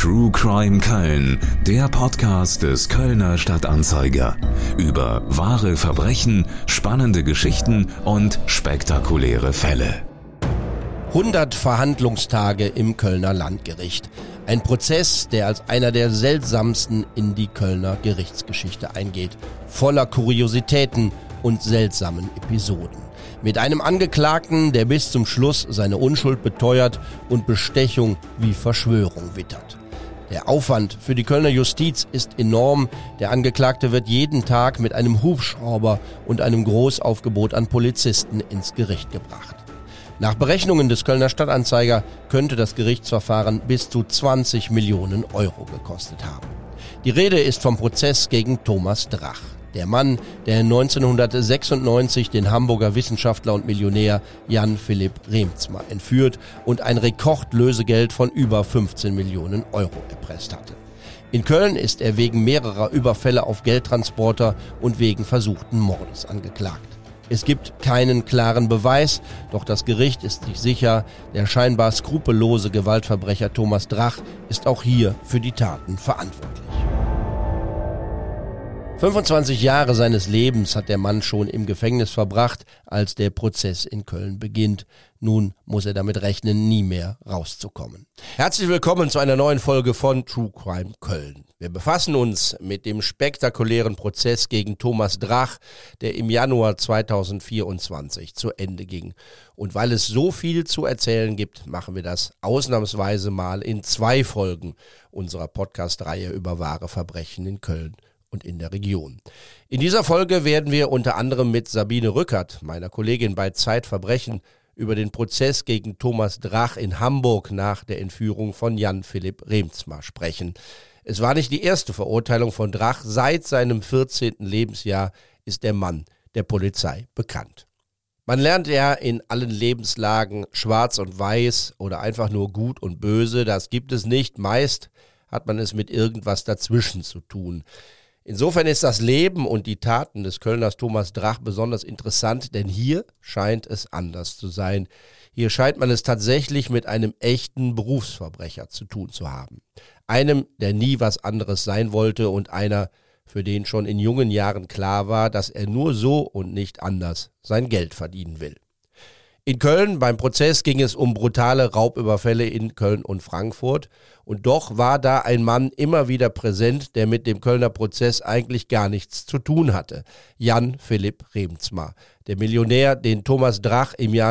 True Crime Köln, der Podcast des Kölner Stadtanzeiger. Über wahre Verbrechen, spannende Geschichten und spektakuläre Fälle. 100 Verhandlungstage im Kölner Landgericht. Ein Prozess, der als einer der seltsamsten in die Kölner Gerichtsgeschichte eingeht. Voller Kuriositäten und seltsamen Episoden. Mit einem Angeklagten, der bis zum Schluss seine Unschuld beteuert und Bestechung wie Verschwörung wittert. Der Aufwand für die Kölner Justiz ist enorm. Der Angeklagte wird jeden Tag mit einem Hubschrauber und einem Großaufgebot an Polizisten ins Gericht gebracht. Nach Berechnungen des Kölner Stadtanzeiger könnte das Gerichtsverfahren bis zu 20 Millionen Euro gekostet haben. Die Rede ist vom Prozess gegen Thomas Drach. Der Mann, der 1996 den Hamburger Wissenschaftler und Millionär Jan Philipp Reemtsma entführt und ein Rekordlösegeld von über 15 Millionen Euro erpresst hatte. In Köln ist er wegen mehrerer Überfälle auf Geldtransporter und wegen versuchten Mordes angeklagt. Es gibt keinen klaren Beweis, doch das Gericht ist sich sicher, der scheinbar skrupellose Gewaltverbrecher Thomas Drach ist auch hier für die Taten verantwortlich. 25 Jahre seines Lebens hat der Mann schon im Gefängnis verbracht, als der Prozess in Köln beginnt. Nun muss er damit rechnen, nie mehr rauszukommen. Herzlich willkommen zu einer neuen Folge von True Crime Köln. Wir befassen uns mit dem spektakulären Prozess gegen Thomas Drach, der im Januar 2024 zu Ende ging. Und weil es so viel zu erzählen gibt, machen wir das ausnahmsweise mal in 2 Folgen unserer Podcast-Reihe über wahre Verbrechen in Köln und in der Region. In dieser Folge werden wir unter anderem mit Sabine Rückert, meiner Kollegin bei Zeitverbrechen, über den Prozess gegen Thomas Drach in Hamburg nach der Entführung von Jan Philipp Reemtsma sprechen. Es war nicht die erste Verurteilung von Drach. Seit seinem 14. Lebensjahr ist der Mann der Polizei bekannt. Man lernt ja in allen Lebenslagen schwarz und weiß oder einfach nur gut und böse. Das gibt es nicht. Meist hat man es mit irgendwas dazwischen zu tun. Insofern ist das Leben und die Taten des Kölners Thomas Drach besonders interessant, denn hier scheint es anders zu sein. Hier scheint man es tatsächlich mit einem echten Berufsverbrecher zu tun zu haben. Einem, der nie was anderes sein wollte und einer, für den schon in jungen Jahren klar war, dass er nur so und nicht anders sein Geld verdienen will. In Köln beim Prozess ging es um brutale Raubüberfälle in Köln und Frankfurt. Und doch war da ein Mann immer wieder präsent, der mit dem Kölner Prozess eigentlich gar nichts zu tun hatte. Jan Philipp Reemtsma, der Millionär, den Thomas Drach im Jahr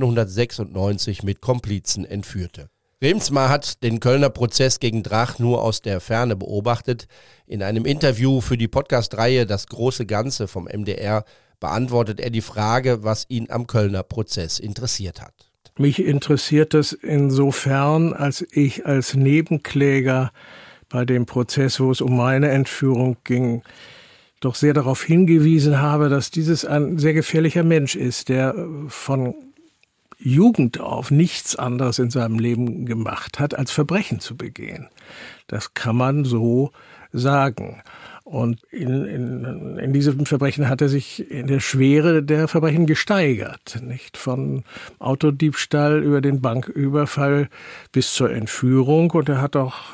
1996 mit Komplizen entführte. Reemtsma hat den Kölner Prozess gegen Drach nur aus der Ferne beobachtet. In einem Interview für die Podcast-Reihe Das große Ganze vom MDR beantwortet er die Frage, was ihn am Kölner Prozess interessiert hat. Mich interessiert es insofern, als ich als Nebenkläger bei dem Prozess, wo es um meine Entführung ging, doch sehr darauf hingewiesen habe, dass dieses ein sehr gefährlicher Mensch ist, der von Jugend auf nichts anderes in seinem Leben gemacht hat, als Verbrechen zu begehen. Das kann man so sagen. Und in diesem Verbrechen hat er sich in der Schwere der Verbrechen gesteigert, nicht? Von Autodiebstahl über den Banküberfall bis zur Entführung. Und er hat auch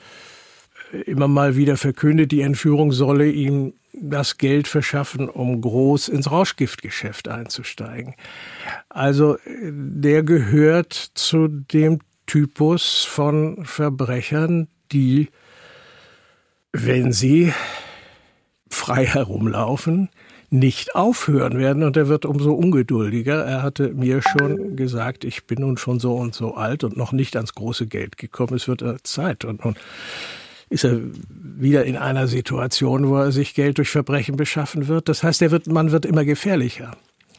immer mal wieder verkündet, die Entführung solle ihm das Geld verschaffen, um groß ins Rauschgiftgeschäft einzusteigen. Also der gehört zu dem Typus von Verbrechern, die, wenn sie frei herumlaufen, nicht aufhören werden, und er wird umso ungeduldiger. Er hatte mir schon gesagt, ich bin nun schon so und so alt und noch nicht ans große Geld gekommen, es wird Zeit. Und nun ist er wieder in einer Situation, wo er sich Geld durch Verbrechen beschaffen wird. Das heißt, man wird immer gefährlicher.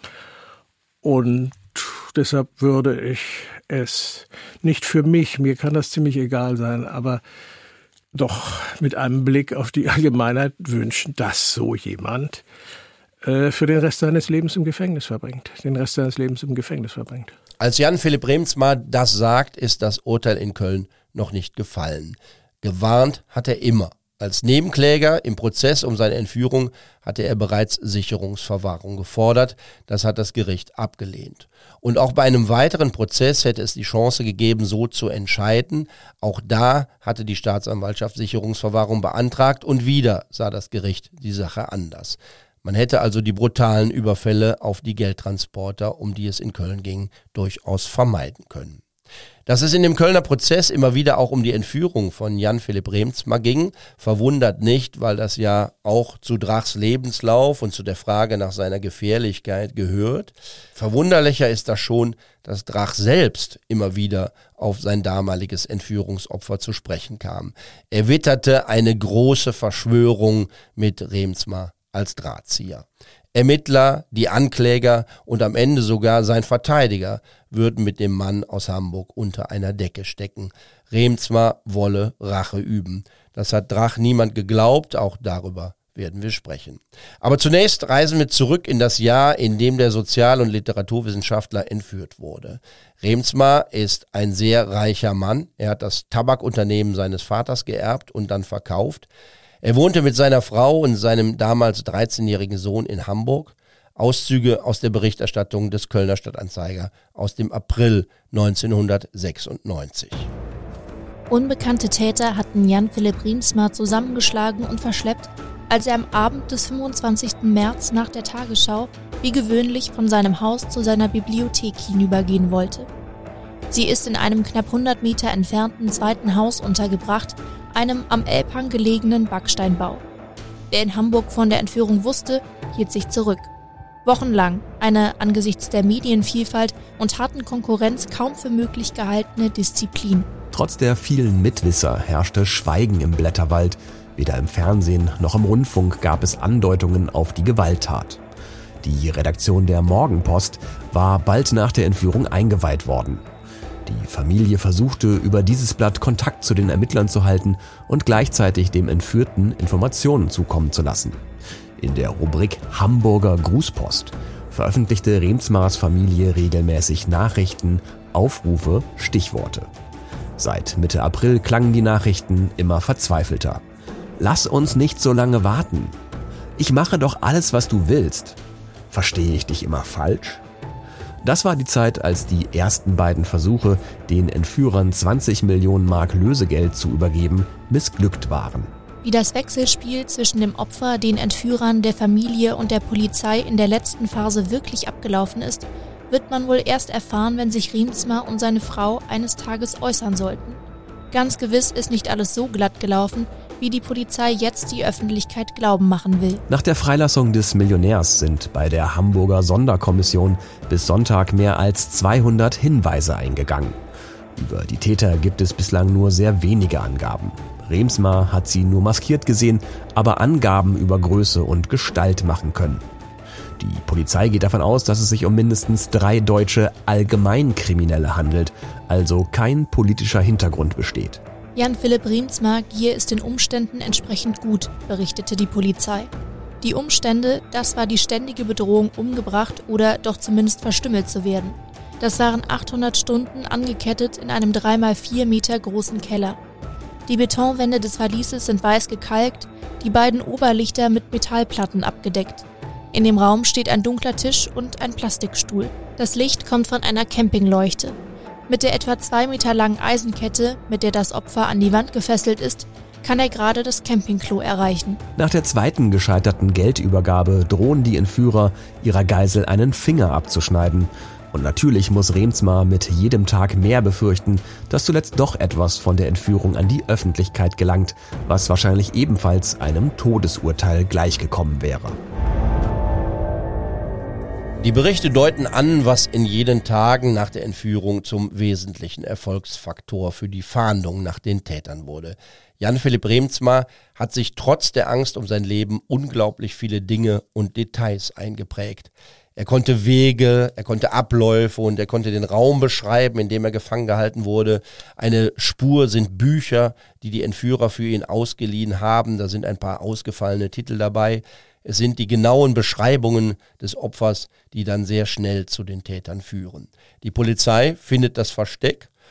Und deshalb würde ich es nicht für mich, mir kann das ziemlich egal sein, aber doch mit einem Blick auf die Allgemeinheit wünschen, dass so jemand für den Rest seines Lebens im Gefängnis verbringt. Als Jan Philipp Reemtsma das sagt, ist das Urteil in Köln noch nicht gefallen. Gewarnt hat er immer. Als Nebenkläger im Prozess um seine Entführung hatte er bereits Sicherungsverwahrung gefordert. Das hat das Gericht abgelehnt. Und auch bei einem weiteren Prozess hätte es die Chance gegeben, so zu entscheiden. Auch da hatte die Staatsanwaltschaft Sicherungsverwahrung beantragt und wieder sah das Gericht die Sache anders. Man hätte also die brutalen Überfälle auf die Geldtransporter, um die es in Köln ging, durchaus vermeiden können. Dass es in dem Kölner Prozess immer wieder auch um die Entführung von Jan-Philipp Reemtsma ging, verwundert nicht, weil das ja auch zu Drachs Lebenslauf und zu der Frage nach seiner Gefährlichkeit gehört. Verwunderlicher ist das schon, dass Drach selbst immer wieder auf sein damaliges Entführungsopfer zu sprechen kam. Er witterte eine große Verschwörung mit Reemtsma als Drahtzieher. Ermittler, die Ankläger und am Ende sogar sein Verteidiger würden mit dem Mann aus Hamburg unter einer Decke stecken. Reemtsma wolle Rache üben. Das hat Drach niemand geglaubt, auch darüber werden wir sprechen. Aber zunächst reisen wir zurück in das Jahr, in dem der Sozial- und Literaturwissenschaftler entführt wurde. Reemtsma ist ein sehr reicher Mann. Er hat das Tabakunternehmen seines Vaters geerbt und dann verkauft. Er wohnte mit seiner Frau und seinem damals 13-jährigen Sohn in Hamburg. Auszüge aus der Berichterstattung des Kölner Stadtanzeiger aus dem April 1996. Unbekannte Täter hatten Jan-Philipp Reemtsma zusammengeschlagen und verschleppt, als er am Abend des 25. März nach der Tagesschau wie gewöhnlich von seinem Haus zu seiner Bibliothek hinübergehen wollte. Sie ist in einem knapp 100 Meter entfernten zweiten Haus untergebracht, einem am Elbhang gelegenen Backsteinbau. Wer in Hamburg von der Entführung wusste, hielt sich zurück. Wochenlang eine angesichts der Medienvielfalt und harten Konkurrenz kaum für möglich gehaltene Disziplin. Trotz der vielen Mitwisser herrschte Schweigen im Blätterwald. Weder im Fernsehen noch im Rundfunk gab es Andeutungen auf die Gewalttat. Die Redaktion der Morgenpost war bald nach der Entführung eingeweiht worden. Die Familie versuchte, über dieses Blatt Kontakt zu den Ermittlern zu halten und gleichzeitig dem Entführten Informationen zukommen zu lassen. In der Rubrik Hamburger Grußpost veröffentlichte Reemtsmas Familie regelmäßig Nachrichten, Aufrufe, Stichworte. Seit Mitte April klangen die Nachrichten immer verzweifelter. Lass uns nicht so lange warten. Ich mache doch alles, was du willst. Verstehe ich dich immer falsch? Das war die Zeit, als die ersten beiden Versuche, den Entführern 20 Millionen Mark Lösegeld zu übergeben, missglückt waren. Wie das Wechselspiel zwischen dem Opfer, den Entführern, der Familie und der Polizei in der letzten Phase wirklich abgelaufen ist, wird man wohl erst erfahren, wenn sich Reemtsma und seine Frau eines Tages äußern sollten. Ganz gewiss ist nicht alles so glatt gelaufen, wie die Polizei jetzt die Öffentlichkeit glauben machen will. Nach der Freilassung des Millionärs sind bei der Hamburger Sonderkommission bis Sonntag mehr als 200 Hinweise eingegangen. Über die Täter gibt es bislang nur sehr wenige Angaben. Reemtsma hat sie nur maskiert gesehen, aber Angaben über Größe und Gestalt machen können. Die Polizei geht davon aus, dass es sich um mindestens 3 deutsche Allgemeinkriminelle handelt, also kein politischer Hintergrund besteht. Jan-Philipp Reemtsma gehe es den Umständen entsprechend gut, berichtete die Polizei. Die Umstände, das war die ständige Bedrohung, umgebracht oder doch zumindest verstümmelt zu werden. Das waren 800 Stunden angekettet in einem 3x4 Meter großen Keller. Die Betonwände des Verlieses sind weiß gekalkt, die beiden Oberlichter mit Metallplatten abgedeckt. In dem Raum steht ein dunkler Tisch und ein Plastikstuhl. Das Licht kommt von einer Campingleuchte. Mit der etwa 2 Meter langen Eisenkette, mit der das Opfer an die Wand gefesselt ist, kann er gerade das Campingklo erreichen. Nach der zweiten gescheiterten Geldübergabe drohen die Entführer, ihrer Geisel einen Finger abzuschneiden. Und natürlich muss Reemtsma mit jedem Tag mehr befürchten, dass zuletzt doch etwas von der Entführung an die Öffentlichkeit gelangt, was wahrscheinlich ebenfalls einem Todesurteil gleichgekommen wäre. Die Berichte deuten an, was in jenen Tagen nach der Entführung zum wesentlichen Erfolgsfaktor für die Fahndung nach den Tätern wurde. Jan-Philipp Reemtsma hat sich trotz der Angst um sein Leben unglaublich viele Dinge und Details eingeprägt. Er konnte Wege, er konnte Abläufe und er konnte den Raum beschreiben, in dem er gefangen gehalten wurde. Eine Spur sind Bücher, die die Entführer für ihn ausgeliehen haben. Da sind ein paar ausgefallene Titel dabei. Es sind die genauen Beschreibungen des Opfers, die dann sehr schnell zu den Tätern führen. Die Polizei findet das Versteck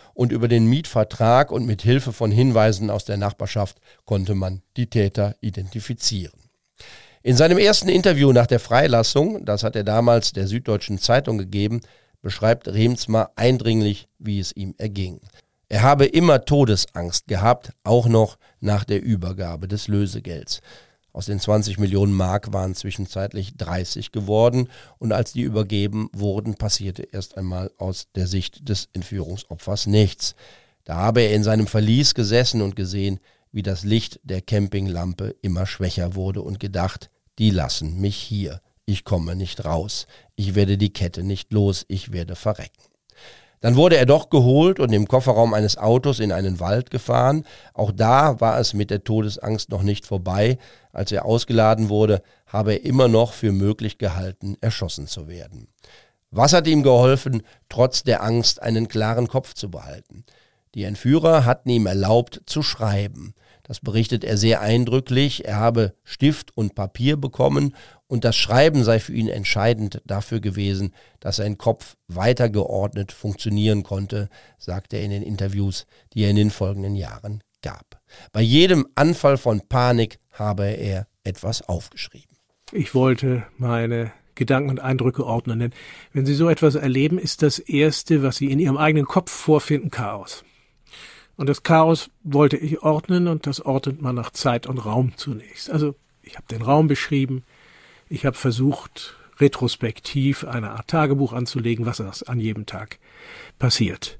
und über den Mietvertrag und mit Hilfe von Hinweisen aus der Nachbarschaft konnte man die Täter identifizieren. In seinem ersten Interview nach der Freilassung, das hat er damals der Süddeutschen Zeitung gegeben, beschreibt Reemtsma eindringlich, wie es ihm erging. Er habe immer Todesangst gehabt, auch noch nach der Übergabe des Lösegelds. Aus den 20 Millionen Mark waren zwischenzeitlich 30 geworden und als die übergeben wurden, passierte erst einmal aus der Sicht des Entführungsopfers nichts. Da habe er in seinem Verlies gesessen und gesehen, wie das Licht der Campinglampe immer schwächer wurde und gedacht, die lassen mich hier, ich komme nicht raus, ich werde die Kette nicht los, ich werde verrecken. Dann wurde er doch geholt und im Kofferraum eines Autos in einen Wald gefahren. Auch da war es mit der Todesangst noch nicht vorbei. Als er ausgeladen wurde, habe er immer noch für möglich gehalten, erschossen zu werden. Was hat ihm geholfen, trotz der Angst einen klaren Kopf zu behalten? Die Entführer hatten ihm erlaubt, zu schreiben. Das berichtet er sehr eindrücklich. Er habe Stift und Papier bekommen und das Schreiben sei für ihn entscheidend dafür gewesen, dass sein Kopf weiter geordnet funktionieren konnte, sagt er in den Interviews, die er in den folgenden Jahren gab. Bei jedem Anfall von Panik habe er etwas aufgeschrieben. Ich wollte meine Gedanken und Eindrücke ordnen, denn wenn Sie so etwas erleben, ist das Erste, was Sie in Ihrem eigenen Kopf vorfinden, Chaos. Und das Chaos wollte ich ordnen und das ordnet man nach Zeit und Raum zunächst. Also ich habe den Raum beschrieben, ich habe versucht, retrospektiv eine Art Tagebuch anzulegen, was an jedem Tag passiert.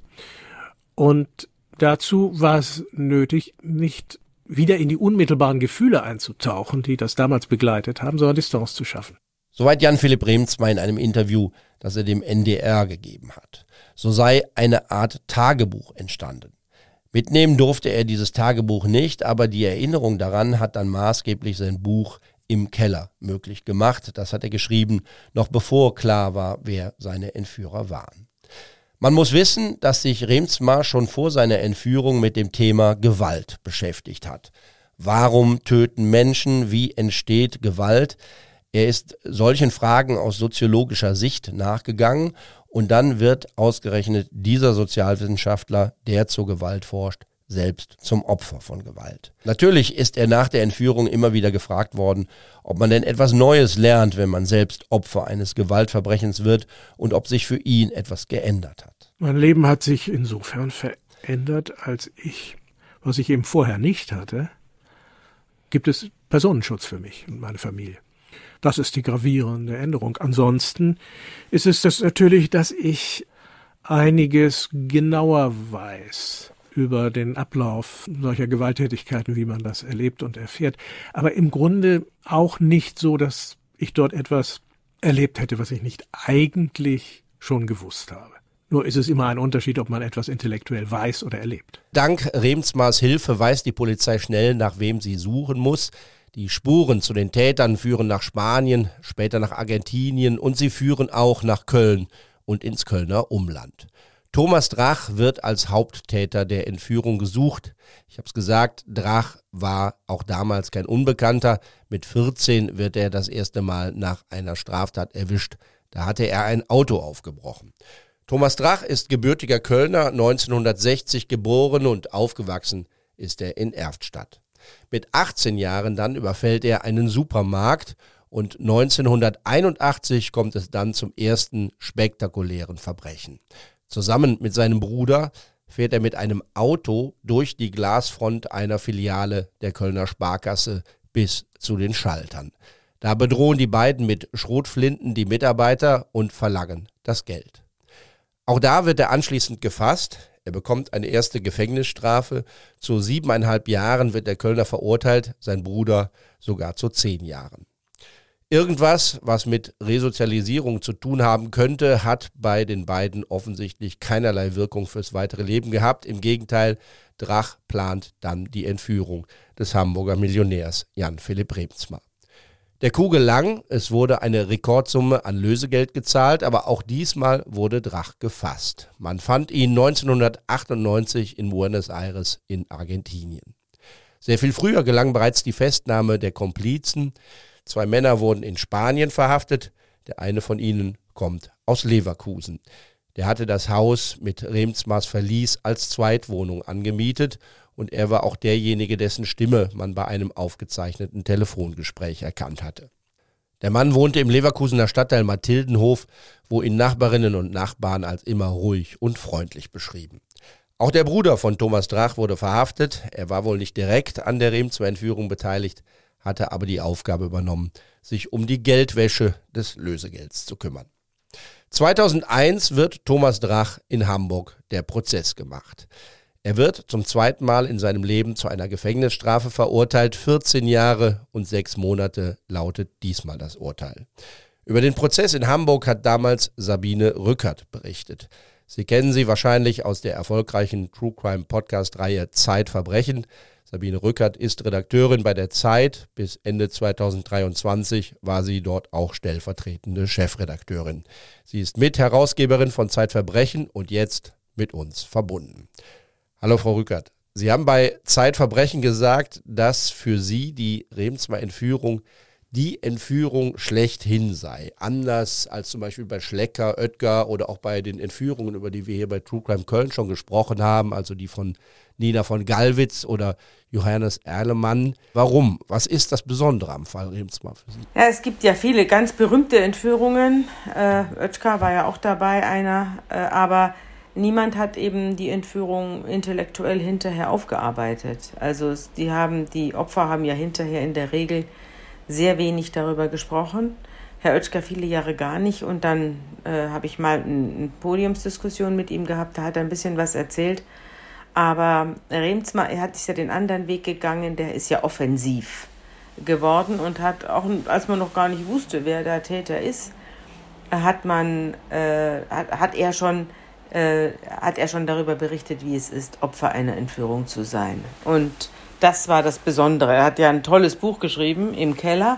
Und dazu war es nötig, nicht wieder in die unmittelbaren Gefühle einzutauchen, die das damals begleitet haben, sondern Distanz zu schaffen. Soweit Jan-Philipp Reemtsma in einem Interview, das er dem NDR gegeben hat. So sei eine Art Tagebuch entstanden. Mitnehmen durfte er dieses Tagebuch nicht, aber die Erinnerung daran hat dann maßgeblich sein Buch Im Keller möglich gemacht. Das hat er geschrieben, noch bevor klar war, wer seine Entführer waren. Man muss wissen, dass sich Reemtsma schon vor seiner Entführung mit dem Thema Gewalt beschäftigt hat. Warum töten Menschen? Wie entsteht Gewalt? Er ist solchen Fragen aus soziologischer Sicht nachgegangen und dann wird ausgerechnet dieser Sozialwissenschaftler, der zur Gewalt forscht, selbst zum Opfer von Gewalt. Natürlich ist er nach der Entführung immer wieder gefragt worden, ob man denn etwas Neues lernt, wenn man selbst Opfer eines Gewaltverbrechens wird und ob sich für ihn etwas geändert hat. Mein Leben hat sich insofern verändert, als was ich eben vorher nicht hatte, gibt es Personenschutz für mich und meine Familie. Das ist die gravierende Änderung. Ansonsten ist es das natürlich, dass ich einiges genauer weiß über den Ablauf solcher Gewalttätigkeiten, wie man das erlebt und erfährt. Aber im Grunde auch nicht so, dass ich dort etwas erlebt hätte, was ich nicht eigentlich schon gewusst habe. Nur ist es immer ein Unterschied, ob man etwas intellektuell weiß oder erlebt. Dank Reemtsmas Hilfe weiß die Polizei schnell, nach wem sie suchen muss. Die Spuren zu den Tätern führen nach Spanien, später nach Argentinien und sie führen auch nach Köln und ins Kölner Umland. Thomas Drach wird als Haupttäter der Entführung gesucht. Ich habe es gesagt, Drach war auch damals kein Unbekannter. Mit 14 wird er das erste Mal nach einer Straftat erwischt. Da hatte er ein Auto aufgebrochen. Thomas Drach ist gebürtiger Kölner, 1960 geboren und aufgewachsen ist er in Erftstadt. Mit 18 Jahren dann überfällt er einen Supermarkt und 1981 kommt es dann zum ersten spektakulären Verbrechen. Zusammen mit seinem Bruder fährt er mit einem Auto durch die Glasfront einer Filiale der Kölner Sparkasse bis zu den Schaltern. Da bedrohen die beiden mit Schrotflinten die Mitarbeiter und verlangen das Geld. Auch da wird er anschließend gefasst. Er bekommt eine erste Gefängnisstrafe. Zu 7,5 Jahren wird der Kölner verurteilt, sein Bruder sogar zu 10 Jahren. Irgendwas, was mit Resozialisierung zu tun haben könnte, hat bei den beiden offensichtlich keinerlei Wirkung fürs weitere Leben gehabt. Im Gegenteil, Drach plant dann die Entführung des Hamburger Millionärs Jan-Philipp Reemtsma. Der Coup gelang, es wurde eine Rekordsumme an Lösegeld gezahlt, aber auch diesmal wurde Drach gefasst. Man fand ihn 1998 in Buenos Aires in Argentinien. Sehr viel früher gelang bereits die Festnahme der Komplizen. 2 Männer wurden in Spanien verhaftet, der eine von ihnen kommt aus Leverkusen. Der hatte das Haus mit Remsmars Verlies als Zweitwohnung angemietet und er war auch derjenige, dessen Stimme man bei einem aufgezeichneten Telefongespräch erkannt hatte. Der Mann wohnte im Leverkusener Stadtteil Mathildenhof, wo ihn Nachbarinnen und Nachbarn als immer ruhig und freundlich beschrieben. Auch der Bruder von Thomas Drach wurde verhaftet. Er war wohl nicht direkt an der Remsmar-Entführung beteiligt, hatte aber die Aufgabe übernommen, sich um die Geldwäsche des Lösegelds zu kümmern. 2001 wird Thomas Drach in Hamburg der Prozess gemacht. Er wird zum zweiten Mal in seinem Leben zu einer Gefängnisstrafe verurteilt. 14 Jahre und 6 Monate lautet diesmal das Urteil. Über den Prozess in Hamburg hat damals Sabine Rückert berichtet. Sie kennen sie wahrscheinlich aus der erfolgreichen True Crime Podcast-Reihe Zeitverbrechen. Sabine Rückert ist Redakteurin bei der Zeit. Bis Ende 2023 war sie dort auch stellvertretende Chefredakteurin. Sie ist Mitherausgeberin von Zeitverbrechen und jetzt mit uns verbunden. Hallo Frau Rückert, Sie haben bei Zeitverbrechen gesagt, dass für Sie die Remsmar-Entführung die Entführung schlechthin sei. Anders als zum Beispiel bei Schlecker, Oetker oder auch bei den Entführungen, über die wir hier bei True Crime Köln schon gesprochen haben, also die von Nina von Gallwitz oder Johannes Erlemann. Warum? Was ist das Besondere am Fall Remsmar für Sie? Ja, es gibt ja viele ganz berühmte Entführungen. Oetker war ja auch dabei, einer, aber niemand hat eben die Entführung intellektuell hinterher aufgearbeitet. Also die Opfer haben ja hinterher in der Regel sehr wenig darüber gesprochen. Herr Oetker viele Jahre gar nicht. Und dann habe ich mal eine Podiumsdiskussion mit ihm gehabt, da hat er ein bisschen was erzählt. Aber Remsmar, er hat sich ja den anderen Weg gegangen, der ist ja offensiv geworden und hat auch, als man noch gar nicht wusste, wer der Täter ist, hat er schon darüber berichtet, wie es ist, Opfer einer Entführung zu sein. Und das war das Besondere. Er hat ja ein tolles Buch geschrieben, Im Keller.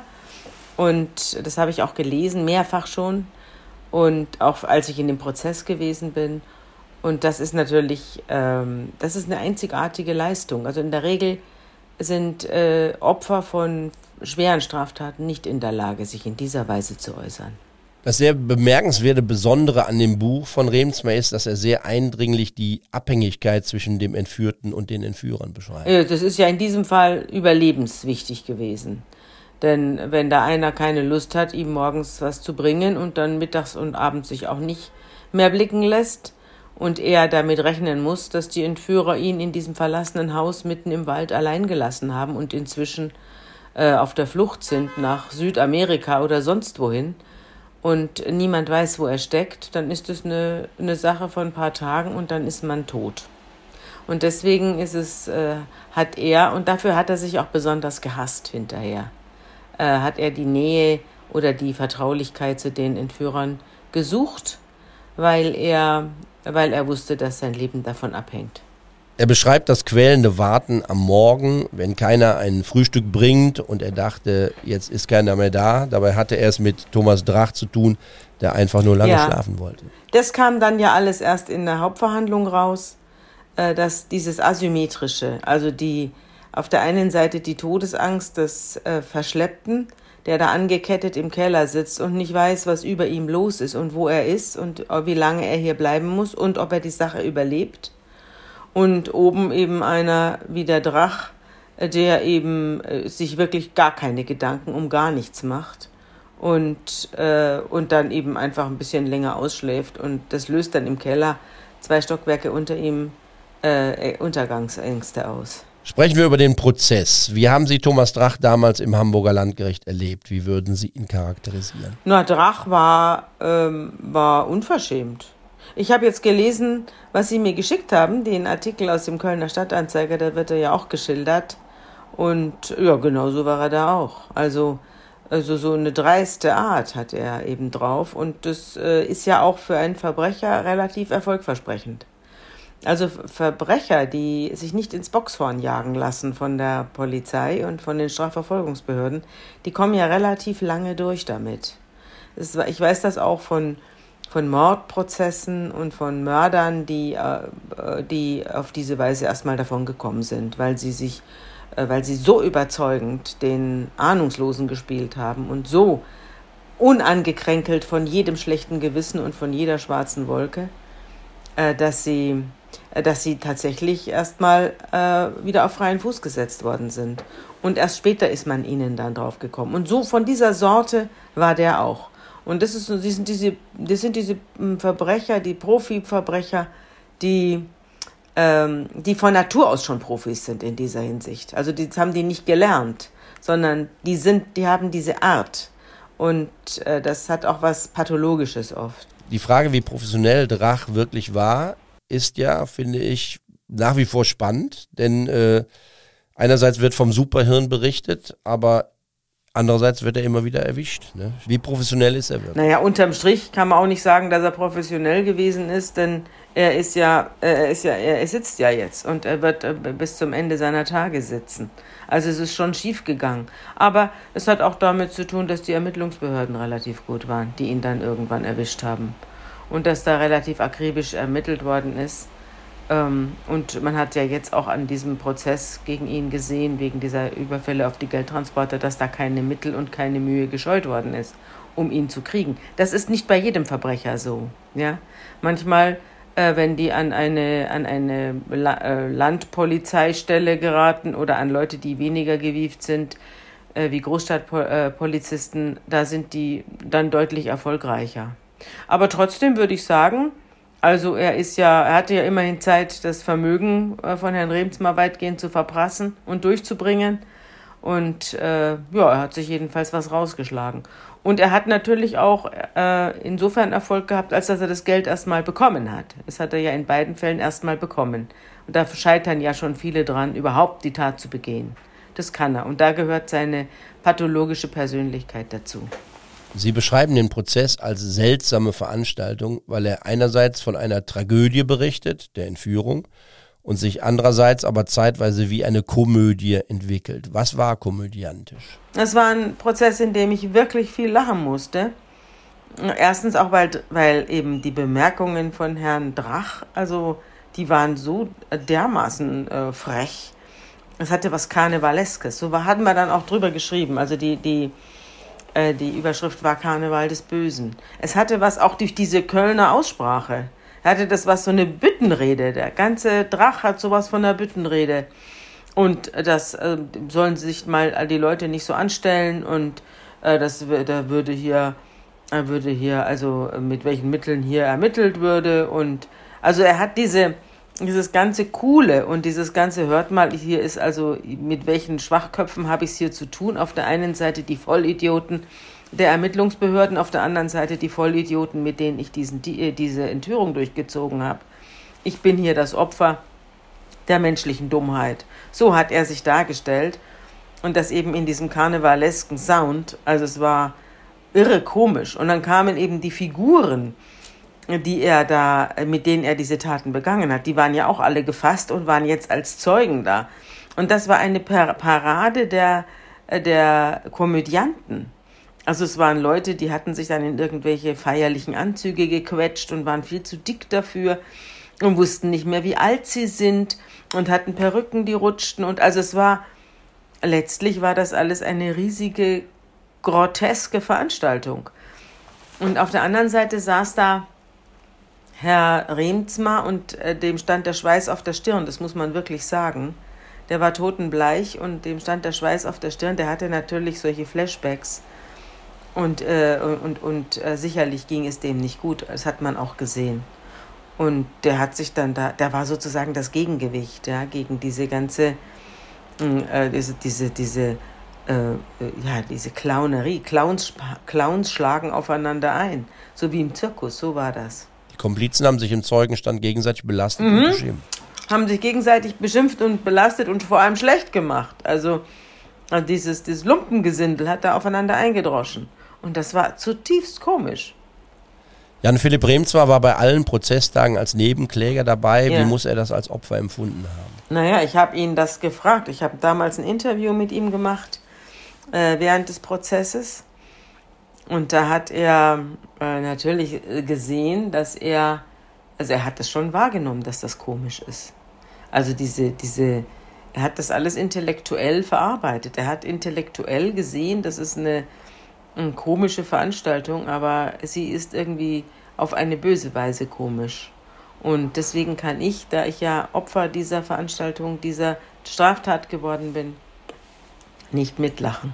Und das habe ich auch gelesen, mehrfach schon. Und auch als ich in dem Prozess gewesen bin. Und das ist natürlich, das ist eine einzigartige Leistung. Also in der Regel sind Opfer von schweren Straftaten nicht in der Lage, sich in dieser Weise zu äußern. Das sehr bemerkenswerte Besondere an dem Buch von Remsmar ist, dass er sehr eindringlich die Abhängigkeit zwischen dem Entführten und den Entführern beschreibt. Das ist ja in diesem Fall überlebenswichtig gewesen. Denn wenn da einer keine Lust hat, ihm morgens was zu bringen und dann mittags und abends sich auch nicht mehr blicken lässt und er damit rechnen muss, dass die Entführer ihn in diesem verlassenen Haus mitten im Wald allein gelassen haben und inzwischen auf der Flucht sind nach Südamerika oder sonst wohin, und niemand weiß, wo er steckt, dann ist es eine Sache von ein paar Tagen und dann ist man tot. Und deswegen hat er, und dafür hat er sich auch besonders gehasst hinterher, hat er die Nähe oder die Vertraulichkeit zu den Entführern gesucht, weil er wusste, dass sein Leben davon abhängt. Er beschreibt das quälende Warten am Morgen, wenn keiner ein Frühstück bringt und er dachte, jetzt ist keiner mehr da. Dabei hatte er es mit Thomas Drach zu tun, der einfach nur lange schlafen wollte. Das kam dann ja alles erst in der Hauptverhandlung raus, dass dieses Asymmetrische, also auf der einen Seite die Todesangst des Verschleppten, der da angekettet im Keller sitzt und nicht weiß, was über ihm los ist und wo er ist und wie lange er hier bleiben muss und ob er die Sache überlebt. Und oben eben einer wie der Drach, der eben sich wirklich gar keine Gedanken um gar nichts macht und dann eben einfach ein bisschen länger ausschläft. Und das löst dann im Keller 2 Stockwerke unter ihm Untergangsängste aus. Sprechen wir über den Prozess. Wie haben Sie Thomas Drach damals im Hamburger Landgericht erlebt? Wie würden Sie ihn charakterisieren? Drach war unverschämt. Ich habe jetzt gelesen, was Sie mir geschickt haben, den Artikel aus dem Kölner Stadtanzeiger, da wird er ja auch geschildert. Und ja, genau so war er da auch. Also so eine dreiste Art hat er eben drauf. Und das ist ja auch für einen Verbrecher relativ erfolgversprechend. Also Verbrecher, die sich nicht ins Bockshorn jagen lassen von der Polizei und von den Strafverfolgungsbehörden, die kommen ja relativ lange durch damit. Ich weiß das auch von Mordprozessen und von Mördern, die auf diese Weise erstmal davon gekommen sind, weil sie so überzeugend den Ahnungslosen gespielt haben und so unangekränkelt von jedem schlechten Gewissen und von jeder schwarzen Wolke, dass sie tatsächlich erstmal wieder auf freien Fuß gesetzt worden sind. Und erst später ist man ihnen dann drauf gekommen. Und so von dieser Sorte war der auch. Und das sind diese Verbrecher, die Profiverbrecher, die von Natur aus schon Profis sind in dieser Hinsicht. Also das haben die nicht gelernt, sondern die haben diese Art. Und das hat auch was Pathologisches oft. Die Frage, wie professionell Drach wirklich war, ist ja, finde ich, nach wie vor spannend, denn einerseits wird vom Superhirn berichtet, aber andererseits wird er immer wieder erwischt. Ne? Wie professionell ist er wirklich? Naja, unterm Strich kann man auch nicht sagen, dass er professionell gewesen ist, denn er sitzt ja jetzt und er wird bis zum Ende seiner Tage sitzen. Also es ist schon schief gegangen. Aber es hat auch damit zu tun, dass die Ermittlungsbehörden relativ gut waren, die ihn dann irgendwann erwischt haben. Und dass da relativ akribisch ermittelt worden ist. Und man hat ja jetzt auch an diesem Prozess gegen ihn gesehen, wegen dieser Überfälle auf die Geldtransporter, dass da keine Mittel und keine Mühe gescheut worden ist, um ihn zu kriegen. Das ist nicht bei jedem Verbrecher so. Ja? Manchmal, wenn die an eine Landpolizeistelle geraten oder an Leute, die weniger gewieft sind, wie Großstadtpolizisten, da sind die dann deutlich erfolgreicher. Aber trotzdem würde ich sagen, also er hatte ja immerhin Zeit, das Vermögen von Herrn Remsmar weitgehend zu verprassen und durchzubringen. Und er hat sich jedenfalls was rausgeschlagen. Und er hat natürlich auch insofern Erfolg gehabt, als dass er das Geld erstmal bekommen hat. Das hat er ja in beiden Fällen erstmal bekommen. Und da scheitern ja schon viele dran, überhaupt die Tat zu begehen. Das kann er. Und da gehört seine pathologische Persönlichkeit dazu. Sie beschreiben den Prozess als seltsame Veranstaltung, weil er einerseits von einer Tragödie berichtet, der Entführung, und sich andererseits aber zeitweise wie eine Komödie entwickelt. Was war komödiantisch? Es war ein Prozess, in dem ich wirklich viel lachen musste. Erstens auch, weil eben die Bemerkungen von Herrn Drach, also die waren so dermaßen frech. Es hatte was Karnevaleskes. So hatten wir dann auch drüber geschrieben. Also die Überschrift war Karneval des Bösen. Es hatte was auch durch diese Kölner Aussprache. Er hatte das was so eine Büttenrede. Der ganze Drach hat sowas von einer Büttenrede. Und das sollen sich mal die Leute nicht so anstellen. Und da würde hier also mit welchen Mitteln hier ermittelt würde. Und also er hat dieses ganze Coole und dieses ganze, hört mal, hier ist also, mit welchen Schwachköpfen habe ich es hier zu tun? Auf der einen Seite die Vollidioten der Ermittlungsbehörden, auf der anderen Seite die Vollidioten, mit denen ich diese Entführung durchgezogen habe. Ich bin hier das Opfer der menschlichen Dummheit. So hat er sich dargestellt und das eben in diesem karnevalesken Sound, also es war irre komisch. Und dann kamen eben die Figuren, mit denen er diese Taten begangen hat, die waren ja auch alle gefasst und waren jetzt als Zeugen da. Und das war eine Parade der Komödianten. Also es waren Leute, die hatten sich dann in irgendwelche feierlichen Anzüge gequetscht und waren viel zu dick dafür und wussten nicht mehr, wie alt sie sind und hatten Perücken, die rutschten. Und also letztlich war das alles eine riesige, groteske Veranstaltung. Und auf der anderen Seite saß da Herr Remsmar und dem stand der Schweiß auf der Stirn, das muss man wirklich sagen. Der war totenbleich und dem stand der Schweiß auf der Stirn, der hatte natürlich solche Flashbacks. Und sicherlich ging es dem nicht gut, das hat man auch gesehen. Und der hat sich dann der war sozusagen das Gegengewicht, ja, gegen diese ganze, diese Clownerie. Clowns schlagen aufeinander ein, so wie im Zirkus, so war das. Die Komplizen haben sich im Zeugenstand gegenseitig belastet und beschimpft. Haben sich gegenseitig beschimpft und belastet und vor allem schlecht gemacht. Also dieses Lumpengesindel hat da aufeinander eingedroschen. Und das war zutiefst komisch. Jan-Philipp Remsmar war bei allen Prozesstagen als Nebenkläger dabei. Ja. Wie muss er das als Opfer empfunden haben? Naja, ich habe ihn das gefragt. Ich habe damals ein Interview mit ihm gemacht während des Prozesses. Und da hat er natürlich gesehen, dass er hat das schon wahrgenommen, dass das komisch ist. Also er hat das alles intellektuell verarbeitet. Er hat intellektuell gesehen, das ist eine komische Veranstaltung, aber sie ist irgendwie auf eine böse Weise komisch. Und deswegen kann ich, da ich ja Opfer dieser Veranstaltung, dieser Straftat geworden bin, nicht mitlachen.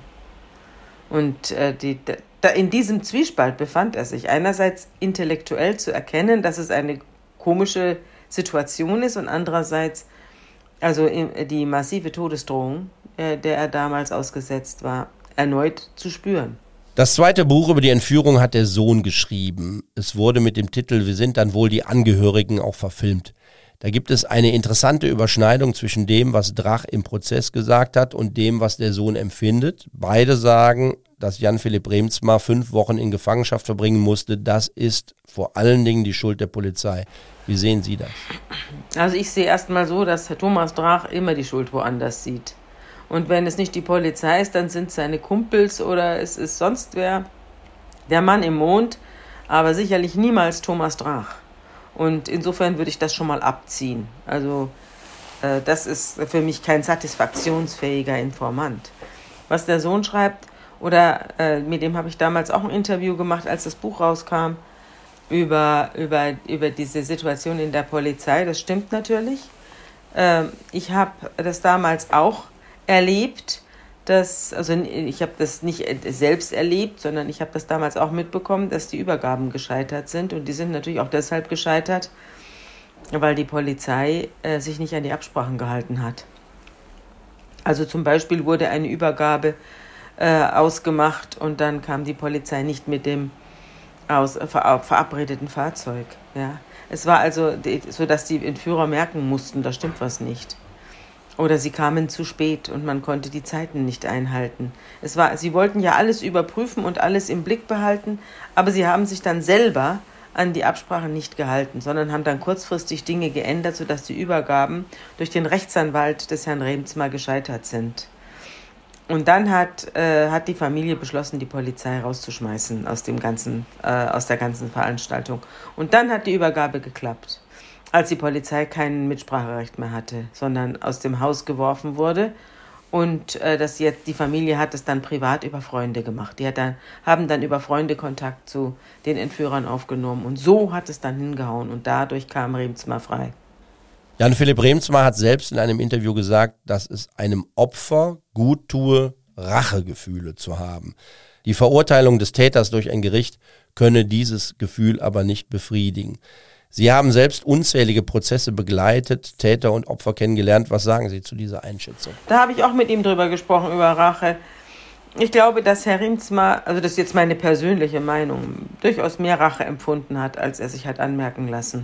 Und in diesem Zwiespalt befand er sich. Einerseits intellektuell zu erkennen, dass es eine komische Situation ist und andererseits also die massive Todesdrohung, der er damals ausgesetzt war, erneut zu spüren. Das zweite Buch über die Entführung hat der Sohn geschrieben. Es wurde mit dem Titel »Wir sind dann wohl die Angehörigen« auch verfilmt. Da gibt es eine interessante Überschneidung zwischen dem, was Drach im Prozess gesagt hat und dem, was der Sohn empfindet. Beide sagen, dass Jan-Philipp Reemtsma 5 Wochen in Gefangenschaft verbringen musste. Das ist vor allen Dingen die Schuld der Polizei. Wie sehen Sie das? Also ich sehe erstmal so, dass Herr Thomas Drach immer die Schuld woanders sieht. Und wenn es nicht die Polizei ist, dann sind es seine Kumpels oder es ist sonst wer. Der Mann im Mond, aber sicherlich niemals Thomas Drach. Und insofern würde ich das schon mal abziehen. Also das ist für mich kein satisfaktionsfähiger Informant. Was der Sohn schreibt, oder mit dem habe ich damals auch ein Interview gemacht, als das Buch rauskam, über diese Situation in der Polizei, das stimmt natürlich. Ich habe das damals auch erlebt, ich habe das nicht selbst erlebt, sondern ich habe das damals auch mitbekommen, dass die Übergaben gescheitert sind. Und die sind natürlich auch deshalb gescheitert, weil die Polizei sich nicht an die Absprachen gehalten hat. Also zum Beispiel wurde eine Übergabe ausgemacht und dann kam die Polizei nicht mit dem verabredeten Fahrzeug. Ja. Es war also so, dass die Entführer merken mussten, da stimmt was nicht. Oder sie kamen zu spät und man konnte die Zeiten nicht einhalten. Sie wollten ja alles überprüfen und alles im Blick behalten, aber sie haben sich dann selber an die Absprache nicht gehalten, sondern haben dann kurzfristig Dinge geändert, sodass die Übergaben durch den Rechtsanwalt des Herrn Reemtsma gescheitert sind. Und dann hat die Familie beschlossen, die Polizei rauszuschmeißen aus der ganzen Veranstaltung. Und dann hat die Übergabe geklappt, als die Polizei kein Mitspracherecht mehr hatte, sondern aus dem Haus geworfen wurde. Und die Familie hat es dann privat über Freunde gemacht. Haben dann über Freunde Kontakt zu den Entführern aufgenommen. Und so hat es dann hingehauen. Und dadurch kam Reemtsma frei. Jan-Philipp Reemtsma hat selbst in einem Interview gesagt, dass es einem Opfer gut tue, Rachegefühle zu haben. Die Verurteilung des Täters durch ein Gericht könne dieses Gefühl aber nicht befriedigen. Sie haben selbst unzählige Prozesse begleitet, Täter und Opfer kennengelernt. Was sagen Sie zu dieser Einschätzung? Da habe ich auch mit ihm drüber gesprochen, über Rache. Ich glaube, dass Herr Reemtsma, also das ist jetzt meine persönliche Meinung, durchaus mehr Rache empfunden hat, als er sich hat anmerken lassen.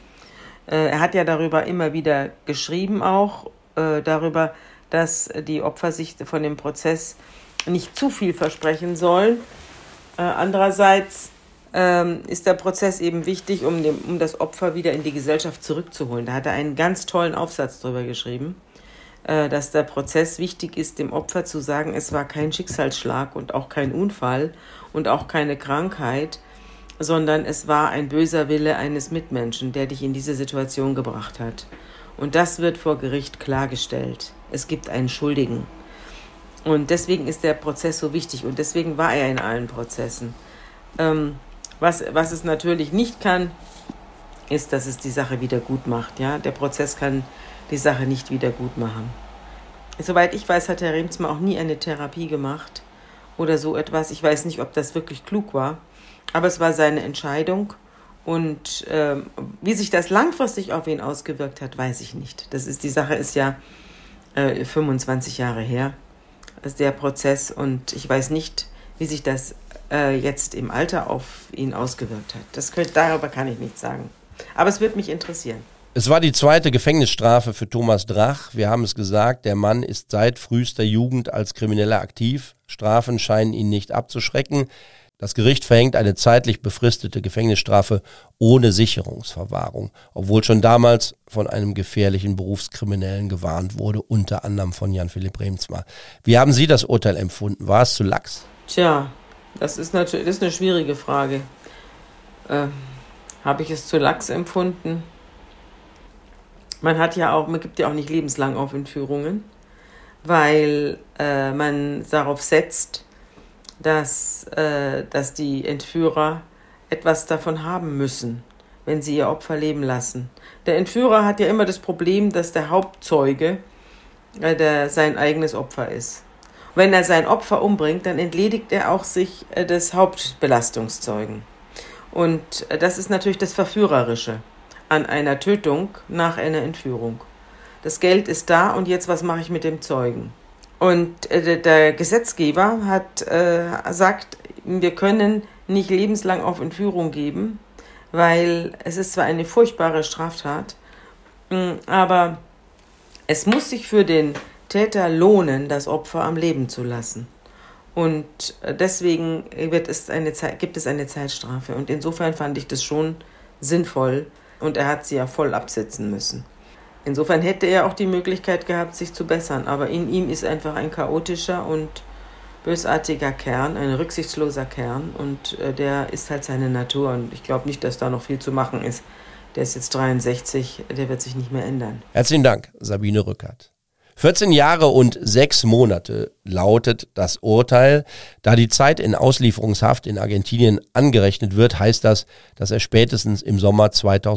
Er hat ja darüber immer wieder geschrieben auch, darüber, dass die Opfer sich von dem Prozess nicht zu viel versprechen sollen. Andererseits ist der Prozess eben wichtig, um das Opfer wieder in die Gesellschaft zurückzuholen. Da hat er einen ganz tollen Aufsatz drüber geschrieben, dass der Prozess wichtig ist, dem Opfer zu sagen, es war kein Schicksalsschlag und auch kein Unfall und auch keine Krankheit, sondern es war ein böser Wille eines Mitmenschen, der dich in diese Situation gebracht hat. Und das wird vor Gericht klargestellt. Es gibt einen Schuldigen. Und deswegen ist der Prozess so wichtig und deswegen war er in allen Prozessen. Was es natürlich nicht kann, ist, dass es die Sache wieder gut macht. Ja? Der Prozess kann die Sache nicht wieder gut machen. Soweit ich weiß, hat Herr Reemtsma auch nie eine Therapie gemacht oder so etwas. Ich weiß nicht, ob das wirklich klug war. Aber es war seine Entscheidung und wie sich das langfristig auf ihn ausgewirkt hat, weiß ich nicht. Die Sache ist ja 25 Jahre her, ist der Prozess und ich weiß nicht, wie sich das jetzt im Alter auf ihn ausgewirkt hat. Darüber kann ich nichts sagen. Aber es würde mich interessieren. Es war die zweite Gefängnisstrafe für Thomas Drach. Wir haben es gesagt, der Mann ist seit frühester Jugend als Krimineller aktiv. Strafen scheinen ihn nicht abzuschrecken. Das Gericht verhängt eine zeitlich befristete Gefängnisstrafe ohne Sicherungsverwahrung, obwohl schon damals von einem gefährlichen Berufskriminellen gewarnt wurde, unter anderem von Jan-Philipp Reemtsma. Wie haben Sie das Urteil empfunden? War es zu lax? Tja, das ist eine schwierige Frage. Habe ich es zu lax empfunden? Man gibt ja auch nicht lebenslang auf Entführungen, weil man darauf setzt, dass die Entführer etwas davon haben müssen, wenn sie ihr Opfer leben lassen. Der Entführer hat ja immer das Problem, dass der Hauptzeuge sein eigenes Opfer ist. Wenn er sein Opfer umbringt, dann entledigt er auch sich des Hauptbelastungszeugen. Und das ist natürlich das Verführerische an einer Tötung nach einer Entführung. Das Geld ist da und jetzt, was mache ich mit dem Zeugen? Und der Gesetzgeber sagt, wir können nicht lebenslang auf Entführung geben, weil es ist zwar eine furchtbare Straftat, aber es muss sich für den Täter lohnen, das Opfer am Leben zu lassen. Und deswegen gibt es eine Zeitstrafe. Und insofern fand ich das schon sinnvoll. Und er hat sie ja voll absitzen müssen. Insofern hätte er auch die Möglichkeit gehabt, sich zu bessern. Aber in ihm ist einfach ein chaotischer und bösartiger Kern, ein rücksichtsloser Kern. Und der ist halt seine Natur. Und ich glaube nicht, dass da noch viel zu machen ist. Der ist jetzt 63, der wird sich nicht mehr ändern. Herzlichen Dank, Sabine Rückert. 14 Jahre und 6 Monate lautet das Urteil. Da die Zeit in Auslieferungshaft in Argentinien angerechnet wird, heißt das, dass er spätestens im Sommer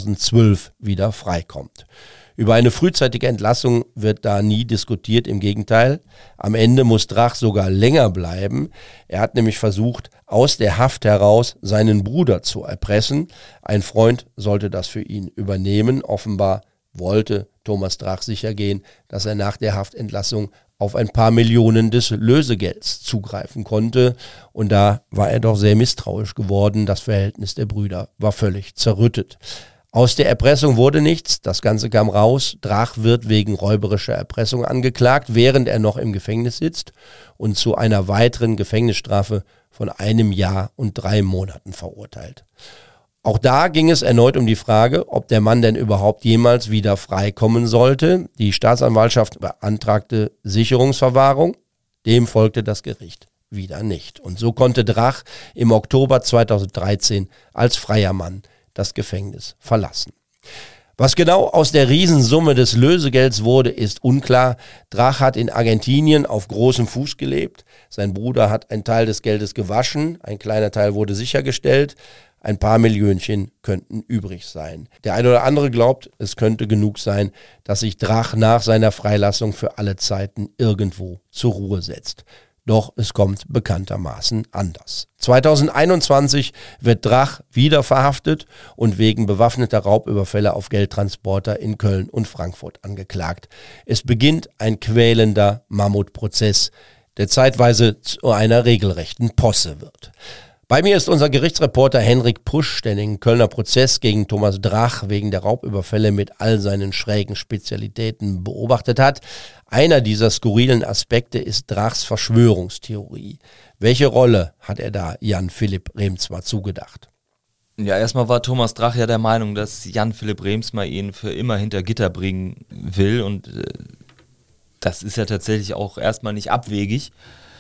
2012 wieder freikommt. Über eine frühzeitige Entlassung wird da nie diskutiert, im Gegenteil. Am Ende muss Drach sogar länger bleiben. Er hat nämlich versucht, aus der Haft heraus seinen Bruder zu erpressen. Ein Freund sollte das für ihn übernehmen. Offenbar wollte Thomas Drach sichergehen, dass er nach der Haftentlassung auf ein paar Millionen des Lösegelds zugreifen konnte. Und da war er doch sehr misstrauisch geworden. Das Verhältnis der Brüder war völlig zerrüttet. Aus der Erpressung wurde nichts. Das Ganze kam raus. Drach wird wegen räuberischer Erpressung angeklagt, während er noch im Gefängnis sitzt und zu einer weiteren Gefängnisstrafe von 1 Jahr und 3 Monaten verurteilt. Auch da ging es erneut um die Frage, ob der Mann denn überhaupt jemals wieder freikommen sollte. Die Staatsanwaltschaft beantragte Sicherungsverwahrung. Dem folgte das Gericht wieder nicht. Und so konnte Drach im Oktober 2013 als freier Mann das Gefängnis verlassen. Was genau aus der Riesensumme des Lösegelds wurde, ist unklar. Drach hat in Argentinien auf großem Fuß gelebt. Sein Bruder hat einen Teil des Geldes gewaschen. Ein kleiner Teil wurde sichergestellt. Ein paar Millionchen könnten übrig sein. Der eine oder andere glaubt, es könnte genug sein, dass sich Drach nach seiner Freilassung für alle Zeiten irgendwo zur Ruhe setzt. Doch es kommt bekanntermaßen anders. 2021 wird Drach wieder verhaftet und wegen bewaffneter Raubüberfälle auf Geldtransporter in Köln und Frankfurt angeklagt. Es beginnt ein quälender Mammutprozess, der zeitweise zu einer regelrechten Posse wird. Bei mir ist unser Gerichtsreporter Henrik Pusch, der den Kölner Prozess gegen Thomas Drach wegen der Raubüberfälle mit all seinen schrägen Spezialitäten beobachtet hat. Einer dieser skurrilen Aspekte ist Drachs Verschwörungstheorie. Welche Rolle hat er da Jan-Philipp Reemtsma zugedacht? Ja, erstmal war Thomas Drach ja der Meinung, dass Jan-Philipp Reemtsma ihn für immer hinter Gitter bringen will. Und das ist ja tatsächlich auch erstmal nicht abwegig.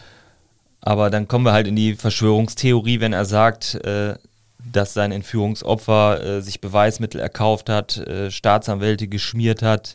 Aber dann kommen wir halt in die Verschwörungstheorie, wenn er sagt, dass sein Entführungsopfer sich Beweismittel erkauft hat, Staatsanwälte geschmiert hat.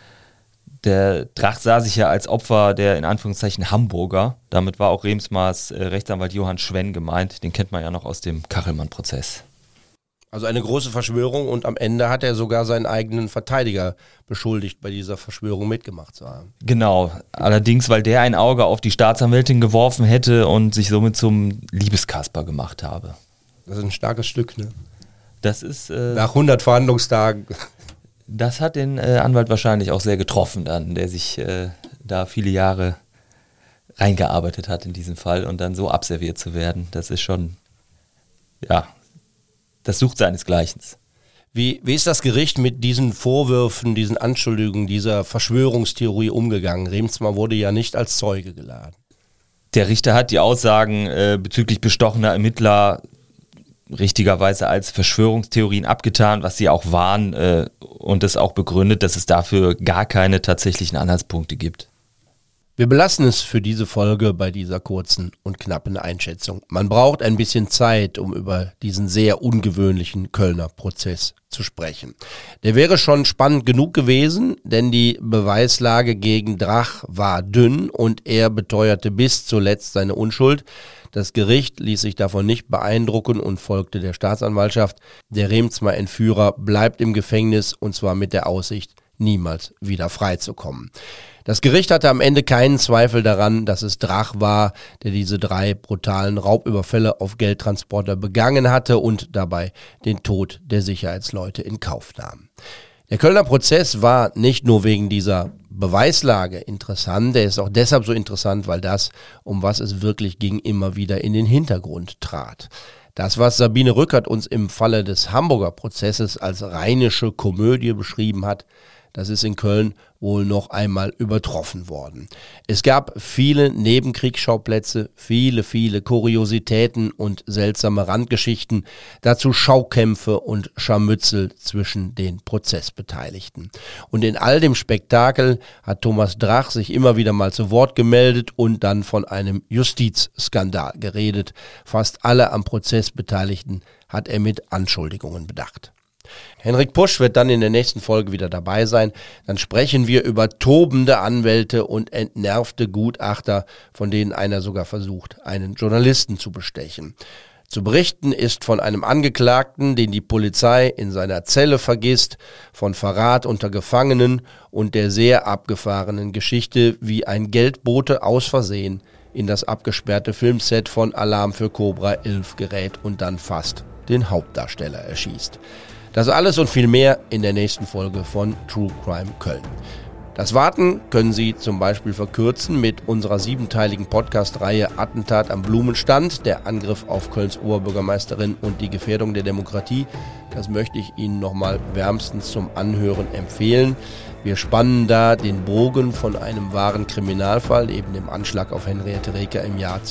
Der Drach sah sich ja als Opfer der in Anführungszeichen Hamburger. Damit war auch Reemtsmas Rechtsanwalt Johann Schwenn gemeint. Den kennt man ja noch aus dem Kachelmann-Prozess. Also eine große Verschwörung und am Ende hat er sogar seinen eigenen Verteidiger beschuldigt, bei dieser Verschwörung mitgemacht zu haben. Genau, allerdings, weil der ein Auge auf die Staatsanwältin geworfen hätte und sich somit zum Liebeskasper gemacht habe. Das ist ein starkes Stück, ne? Das ist... nach 100 Verhandlungstagen. Das hat den Anwalt wahrscheinlich auch sehr getroffen dann, der sich da viele Jahre reingearbeitet hat in diesem Fall und dann so abserviert zu werden, das ist schon, ja... Das sucht seinesgleichen. Wie ist das Gericht mit diesen Vorwürfen, diesen Anschuldigungen, dieser Verschwörungstheorie umgegangen? Reemtsma wurde ja nicht als Zeuge geladen. Der Richter hat die Aussagen bezüglich bestochener Ermittler richtigerweise als Verschwörungstheorien abgetan, was sie auch waren und das auch begründet, dass es dafür gar keine tatsächlichen Anhaltspunkte gibt. Wir belassen es für diese Folge bei dieser kurzen und knappen Einschätzung. Man braucht ein bisschen Zeit, um über diesen sehr ungewöhnlichen Kölner Prozess zu sprechen. Der wäre schon spannend genug gewesen, denn die Beweislage gegen Drach war dünn und er beteuerte bis zuletzt seine Unschuld. Das Gericht ließ sich davon nicht beeindrucken und folgte der Staatsanwaltschaft. Der Remsmar-Entführer bleibt im Gefängnis und zwar mit der Aussicht, niemals wieder freizukommen. Das Gericht hatte am Ende keinen Zweifel daran, dass es Drach war, der diese 3 brutalen Raubüberfälle auf Geldtransporter begangen hatte und dabei den Tod der Sicherheitsleute in Kauf nahm. Der Kölner Prozess war nicht nur wegen dieser Beweislage interessant, der ist auch deshalb so interessant, weil das, um was es wirklich ging, immer wieder in den Hintergrund trat. Das, was Sabine Rückert uns im Falle des Hamburger Prozesses als rheinische Komödie beschrieben hat, das ist in Köln wohl noch einmal übertroffen worden. Es gab viele Nebenkriegsschauplätze, viele Kuriositäten und seltsame Randgeschichten, dazu Schaukämpfe und Scharmützel zwischen den Prozessbeteiligten. Und in all dem Spektakel hat Thomas Drach sich immer wieder mal zu Wort gemeldet und dann von einem Justizskandal geredet. Fast alle am Prozess Beteiligten hat er mit Anschuldigungen bedacht. Henrik Pusch wird dann in der nächsten Folge wieder dabei sein. Dann sprechen wir über tobende Anwälte und entnervte Gutachter, von denen einer sogar versucht, einen Journalisten zu bestechen. Zu berichten ist von einem Angeklagten, den die Polizei in seiner Zelle vergisst, von Verrat unter Gefangenen und der sehr abgefahrenen Geschichte, wie ein Geldbote aus Versehen in das abgesperrte Filmset von Alarm für Cobra 11 gerät und dann fast den Hauptdarsteller erschießt. Das alles und viel mehr in der nächsten Folge von True Crime Köln. Das Warten können Sie zum Beispiel verkürzen mit unserer 7-teiligen Podcast-Reihe Attentat am Blumenstand, der Angriff auf Kölns Oberbürgermeisterin und die Gefährdung der Demokratie. Das möchte ich Ihnen nochmal wärmstens zum Anhören empfehlen. Wir spannen da den Bogen von einem wahren Kriminalfall, eben dem Anschlag auf Henriette Reker im Jahr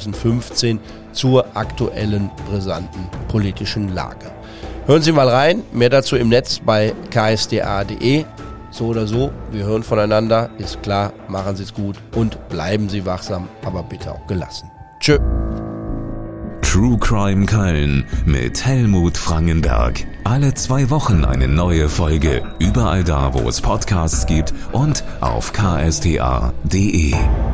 2015, zur aktuellen, brisanten politischen Lage. Hören Sie mal rein, mehr dazu im Netz bei ksda.de. So oder so, wir hören voneinander, ist klar, machen Sie es gut und bleiben Sie wachsam, aber bitte auch gelassen. Tschö. True Crime Köln mit Helmut Frangenberg. Alle 2 Wochen eine neue Folge, überall da, wo es Podcasts gibt und auf ksda.de.